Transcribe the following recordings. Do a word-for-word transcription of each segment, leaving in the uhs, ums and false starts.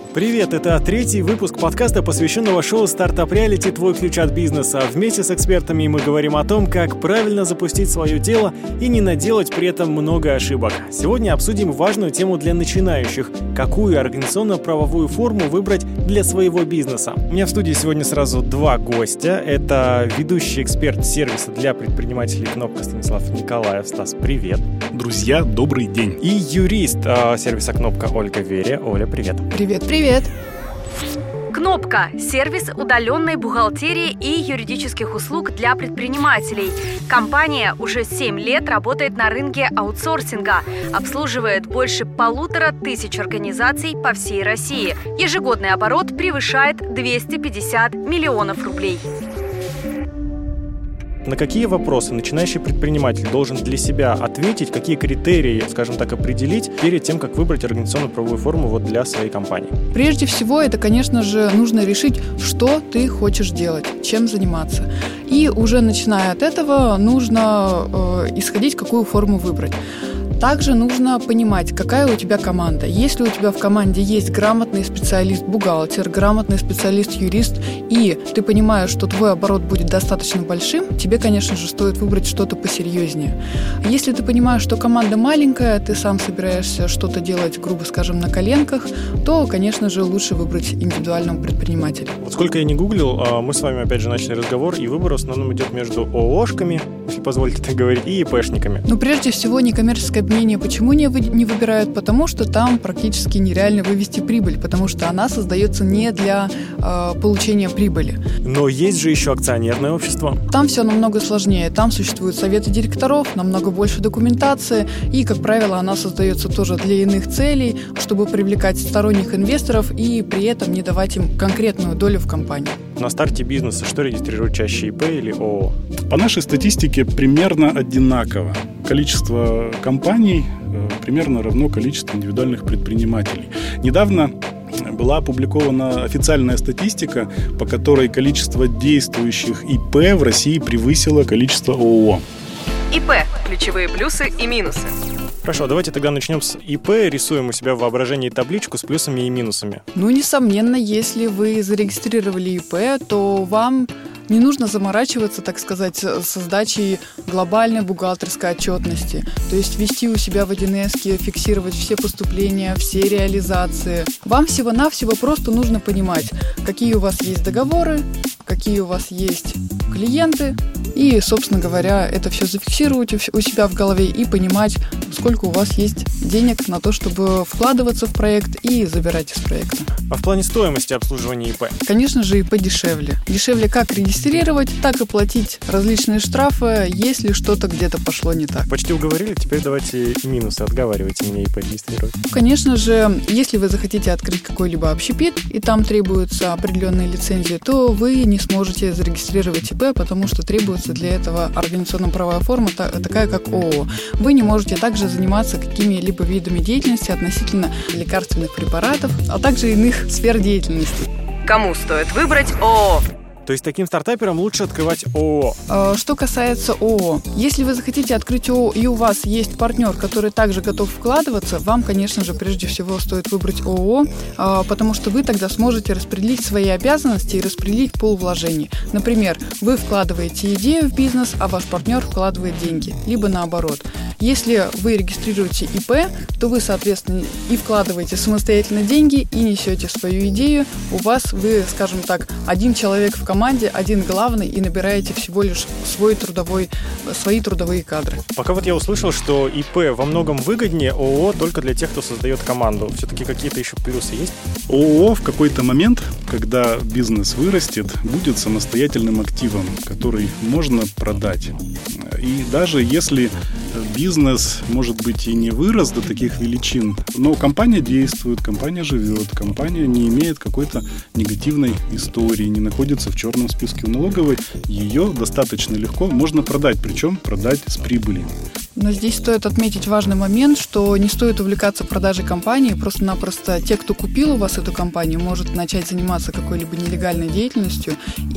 Привет, это третий выпуск подкаста, посвященного шоу «Стартап Реалити. Твой ключ от бизнеса». Вместе с экспертами мы говорим о том, как правильно запустить свое дело и не наделать при этом много ошибок. Сегодня обсудим важную тему для начинающих – какую организационно-правовую форму выбрать для своего бизнеса. У меня в студии сегодня сразу два гостя. Это ведущий эксперт сервиса для предпринимателей «Кнопка» Станислав Николаев. Стас, привет. Друзья, добрый день. И юрист э, сервиса «Кнопка» Ольга Верия. Оля, привет. Привет, привет. Кнопка – сервис удаленной бухгалтерии и юридических услуг для предпринимателей. Компания уже семь лет работает на рынке аутсорсинга, обслуживает больше полутора тысяч организаций по всей России. Ежегодный оборот превышает двести пятьдесят миллионов рублей. На какие вопросы начинающий предприниматель должен для себя ответить, какие критерии, скажем так, определить перед тем, как выбрать организационно-правовую форму вот для своей компании? Прежде всего, это, конечно же, нужно решить, что ты хочешь делать, чем заниматься. И уже начиная от этого, нужно э, исходить, какую форму выбрать. Также нужно понимать, какая у тебя команда. Если у тебя в команде есть грамотный специалист-бухгалтер, грамотный специалист-юрист, и ты понимаешь, что твой оборот будет достаточно большим, тебе, конечно же, стоит выбрать что-то посерьезнее. Если ты понимаешь, что команда маленькая, ты сам собираешься что-то делать, грубо скажем, на коленках, то, конечно же, лучше выбрать индивидуального предпринимателя. Вот сколько я не гуглил, мы с вами опять же начали разговор, и выбор в основном идет между ООшками, если позволите так говорить, и ИПшниками. Ну, прежде всего, некоммерческое объединение почему не, вы, не выбирают? Потому что там практически нереально вывести прибыль, потому что она создается не для э, получения прибыли. Но есть же еще акционерное общество. Там все намного сложнее. Там существуют советы директоров, намного больше документации, и, как правило, она создается тоже для иных целей, чтобы привлекать сторонних инвесторов и при этом не давать им конкретную долю в компании. На старте бизнеса что регистрирует чаще ИП или ООО? По нашей статистике примерно одинаково. Количество компаний примерно равно количеству индивидуальных предпринимателей. Недавно была опубликована официальная статистика, по которой количество действующих ИП в России превысило количество ООО. ИП – ключевые плюсы и минусы. Хорошо, давайте тогда начнем с ИП, рисуем у себя в воображении табличку с плюсами и минусами. Ну, несомненно, если вы зарегистрировали ИП, то вам не нужно заморачиваться, так сказать, со сдачей глобальной бухгалтерской отчетности. То есть вести у себя в один эс, фиксировать все поступления, все реализации. Вам всего-навсего просто нужно понимать, какие у вас есть договоры, какие у вас есть клиенты, и, собственно говоря, это все зафиксировать у себя в голове и понимать, сколько у вас есть денег на то, чтобы вкладываться в проект и забирать из проекта. А в плане стоимости обслуживания ИП? Конечно же, ИП дешевле. Дешевле как регистрировать, так и платить различные штрафы, если что-то где-то пошло не так. Почти уговорили, теперь давайте минусы, отговаривайте меня ИП регистрировать. Конечно же, если вы захотите открыть какой-либо общепит, и там требуются определенные лицензии, то вы не сможете зарегистрировать ИП, потому что требуется для этого организационно-правовая форма такая, как ООО. Вы не можете также заниматься какими-либо видами деятельности относительно лекарственных препаратов, а также иных сфер деятельности. Кому стоит выбрать ООО? То есть таким стартаперам лучше открывать ООО. Что касается ООО, если вы захотите открыть ООО и у вас есть партнер, который также готов вкладываться, вам, конечно же, прежде всего стоит выбрать ООО, потому что вы тогда сможете распределить свои обязанности и распределить пул вложений. Например, вы вкладываете идею в бизнес, а ваш партнер вкладывает деньги, либо наоборот. Если вы регистрируете ИП, то вы, соответственно, и вкладываете самостоятельно деньги, и несете свою идею. У вас, вы, скажем так, один человек в команде, один главный, и набираете всего лишь свой трудовой, свои трудовые кадры. Пока вот я услышал, что ИП во многом выгоднее ООО только для тех, кто создает команду. Все-таки какие-то еще плюсы есть? ООО в какой-то момент, когда бизнес вырастет, будет самостоятельным активом, который можно продать. И даже если бизнес, может быть, и не вырос до таких величин, но компания действует, компания живет, компания не имеет какой-то негативной истории, не находится в черном списке у налоговой, ее достаточно легко можно продать, причем продать с прибылью. Но здесь стоит отметить важный момент, что не стоит увлекаться продажей компании. Просто-напросто те, кто купил у вас эту компанию, может начать заниматься какой-либо нелегальной деятельностью.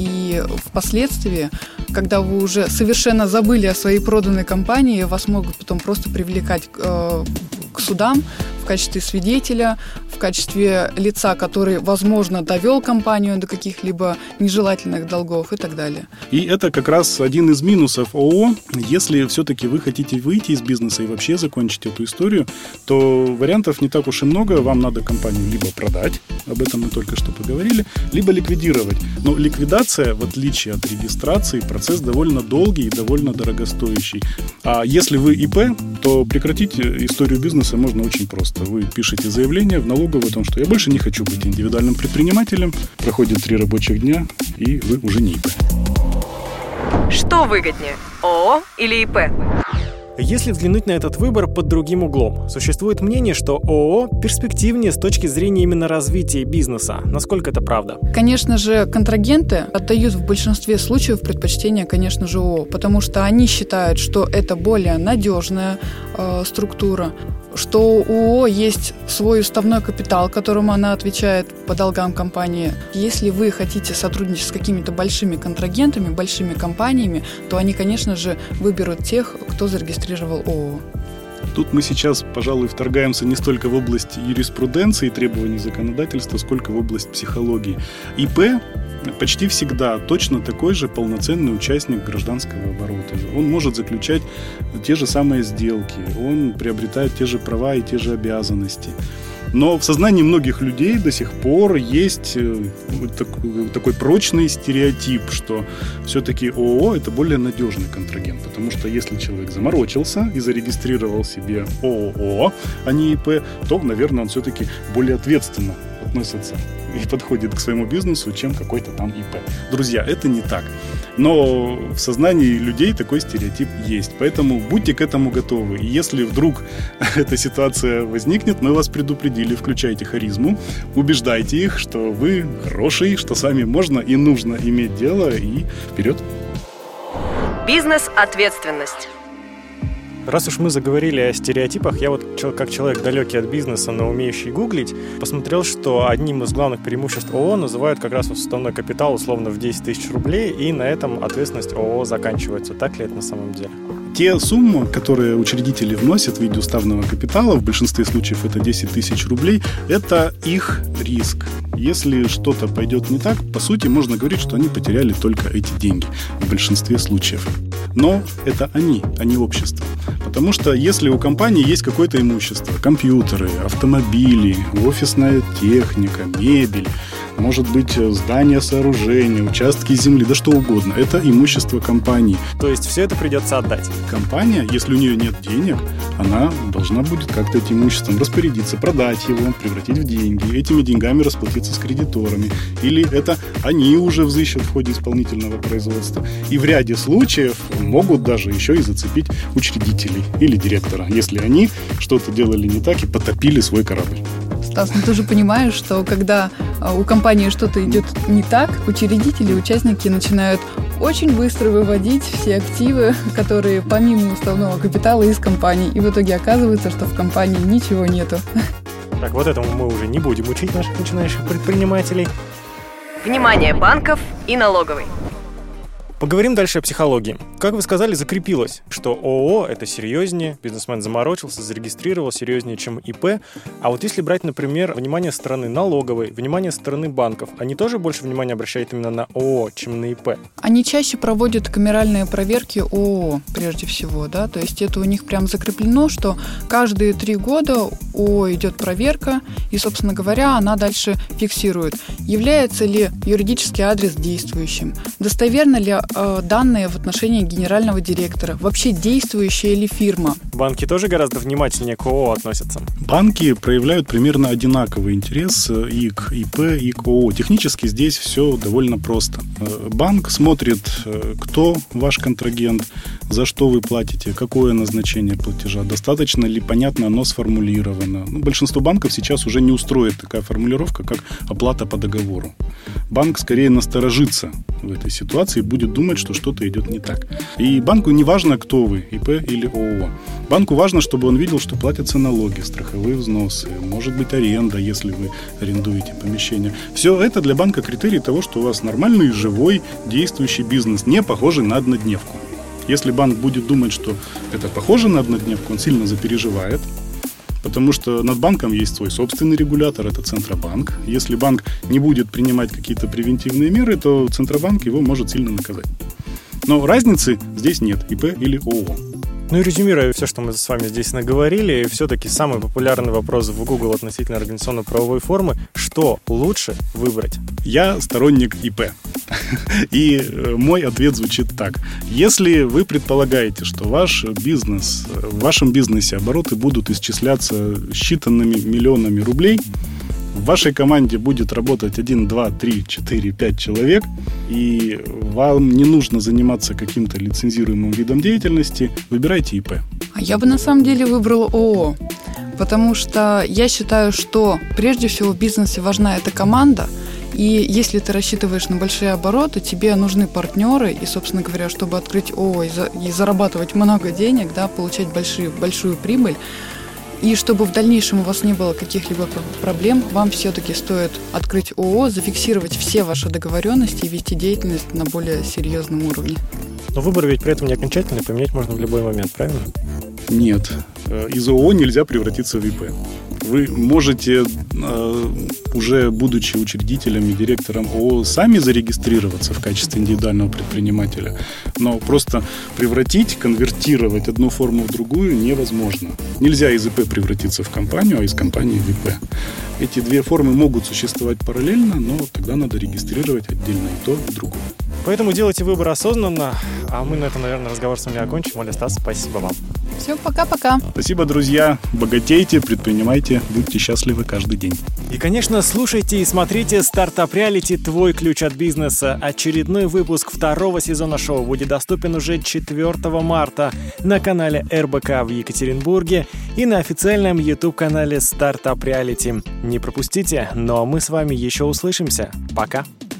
И впоследствии, когда вы уже совершенно забыли о своей проданной компании, вас могут потом просто привлекать к, к судам в качестве свидетеля, в качестве лица, который, возможно, довел компанию до каких-либо нежелательных долгов и так далее. И это как раз один из минусов ООО. Если все-таки вы хотите выйти из бизнеса и вообще закончить эту историю, то вариантов не так уж и много. Вам надо компанию либо продать, об этом мы только что поговорили, либо ликвидировать. Но ликвидация, в отличие от регистрации, процесс довольно долгий и довольно дорогостоящий. А если вы ИП, то прекратить историю бизнеса можно очень просто. Вы пишете заявление в налоговую о том, что я больше не хочу быть индивидуальным предпринимателем, проходит три рабочих дня, и вы уже не ИП. Что выгоднее, ООО или ИП? Если взглянуть на этот выбор под другим углом, существует мнение, что ООО перспективнее с точки зрения именно развития бизнеса. Насколько это правда? Конечно же, контрагенты отдают в большинстве случаев предпочтение, конечно же, ООО, потому что они считают, что это более надежная э, структура, что у ООО есть свой уставной капитал, которому она отвечает по долгам компании. Если вы хотите сотрудничать с какими-то большими контрагентами, большими компаниями, то они, конечно же, выберут тех, кто зарегистрировал ООО. Тут мы сейчас, пожалуй, вторгаемся не столько в область юриспруденции и требований законодательства, сколько в область психологии. ИП почти всегда точно такой же полноценный участник гражданского оборота. Он может заключать те же самые сделки, он приобретает те же права и те же обязанности. Но в сознании многих людей до сих пор есть такой, такой прочный стереотип, что все-таки ООО – это более надежный контрагент. Потому что если человек заморочился и зарегистрировал себе ООО, а не ИП, то, наверное, он все-таки более ответственно относится и подходит к своему бизнесу, чем какой-то там ИП. Друзья, это не так. Но в сознании людей такой стереотип есть. Поэтому будьте к этому готовы. И если вдруг эта ситуация возникнет, мы вас предупредили, включайте харизму, убеждайте их, что вы хороший, что с вами можно и нужно иметь дело, и вперед. Бизнес-ответственность. Раз уж мы заговорили о стереотипах, я вот как человек далекий от бизнеса, но умеющий гуглить, посмотрел, что одним из главных преимуществ ООО называют как раз уставной капитал условно в десять тысяч рублей, и на этом ответственность ООО заканчивается. Так ли это на самом деле? Те суммы, которые учредители вносят в виде уставного капитала, в большинстве случаев это десять тысяч рублей, это их риск. Если что-то пойдет не так, по сути, можно говорить, что они потеряли только эти деньги в большинстве случаев. Но это они, а не общество. Потому что если у компании есть какое-то имущество, компьютеры, автомобили, офисная техника, мебель, может быть, здания, сооружения, участки земли, да что угодно, это имущество компании. То есть все это придется отдать? Компания, если у нее нет денег, она должна будет как-то этим имуществом распорядиться, продать его, превратить в деньги, этими деньгами расплатиться с кредиторами. Или это они уже взыщут в ходе исполнительного производства. И в ряде случаев могут даже еще и зацепить учредителей или директора, если они что-то делали не так и потопили свой корабль. Стас, ну ты же понимаешь, что когда у компании что-то идет не так, учредители, участники начинают очень быстро выводить все активы, которые помимо уставного капитала из компании. И в итоге оказывается, что в компании ничего нету. Так, вот этому мы уже не будем учить наших начинающих предпринимателей. Внимание банков и налоговой. Поговорим дальше о психологии. Как вы сказали, закрепилось, что ООО – это серьезнее, бизнесмен заморочился, зарегистрировал серьезнее, чем ИП. А вот если брать, например, внимание со стороны налоговой, внимание со стороны банков, они тоже больше внимания обращают именно на ООО, чем на ИП? Они чаще проводят камеральные проверки ООО, прежде всего, да, то есть это у них прям закреплено, что каждые три года ООО идет проверка, и, собственно говоря, она дальше фиксирует, является ли юридический адрес действующим, достоверно ли данные в отношении генерального директора, вообще действующая ли фирма. Банки тоже гораздо внимательнее к ООО относятся? Банки проявляют примерно одинаковый интерес и к ИП, и к ООО. Технически здесь все довольно просто. Банк смотрит, кто ваш контрагент, за что вы платите, какое назначение платежа, достаточно ли понятно оно сформулировано. Ну, большинство банков сейчас уже не устроит такая формулировка, как оплата по договору. Банк скорее насторожится в этой ситуации и будет думать, что что-то идет не так. И банку не важно, кто вы, ИП или ООО. Банку важно, чтобы он видел, что платятся налоги, страховые взносы, может быть аренда, если вы арендуете помещение. Все это для банка критерий того, что у вас нормальный, живой, действующий бизнес, не похожий на однодневку. Если банк будет думать, что это похоже на однодневку, он сильно запереживает, Потому что над банком есть свой собственный регулятор, это Центробанк. Если банк не будет принимать какие-то превентивные меры, то Центробанк его может сильно наказать. Но разницы здесь нет, ИП или ООО. Ну и резюмируя все, что мы с вами здесь наговорили, все-таки самый популярный вопрос в Google относительно организационно-правовой формы: что лучше выбрать? Я сторонник ИП. И мой ответ звучит так. Если вы предполагаете, что ваш бизнес, в вашем бизнесе обороты будут исчисляться считанными миллионами рублей, в вашей команде будет работать один, два, три, четыре, пять человек, и вам не нужно заниматься каким-то лицензируемым видом деятельности, выбирайте ИП. А я бы на самом деле выбрала ООО, потому что я считаю, что прежде всего в бизнесе важна эта команда, и если ты рассчитываешь на большие обороты, тебе нужны партнеры, и, собственно говоря, чтобы открыть ООО и, за, и зарабатывать много денег, да, получать большие, большую прибыль, и чтобы в дальнейшем у вас не было каких-либо проблем, вам все-таки стоит открыть ООО, зафиксировать все ваши договоренности и вести деятельность на более серьезном уровне. Но выбор ведь при этом не окончательный, поменять можно в любой момент, правильно? Нет. Из ООО нельзя превратиться в ИП. Вы можете, уже будучи учредителем и директором ООО, сами зарегистрироваться в качестве индивидуального предпринимателя, но просто превратить, конвертировать одну форму в другую невозможно. Нельзя из ИП превратиться в компанию, а из компании в ИП. Эти две формы могут существовать параллельно, но тогда надо регистрировать отдельно и то, и другое. Поэтому делайте выбор осознанно. А мы на этом, наверное, разговор с вами окончим. Оля, Стас, спасибо вам. Все, пока-пока. Спасибо, друзья. Богатейте, предпринимайте, будьте счастливы каждый день. И, конечно, слушайте и смотрите «Стартап Реалити. Твой ключ от бизнеса». Очередной выпуск второго сезона шоу будет доступен уже четвёртого марта на канале эр бэ ка в Екатеринбурге и на официальном YouTube-канале «Стартап Реалити». Не пропустите, но мы с вами еще услышимся. Пока.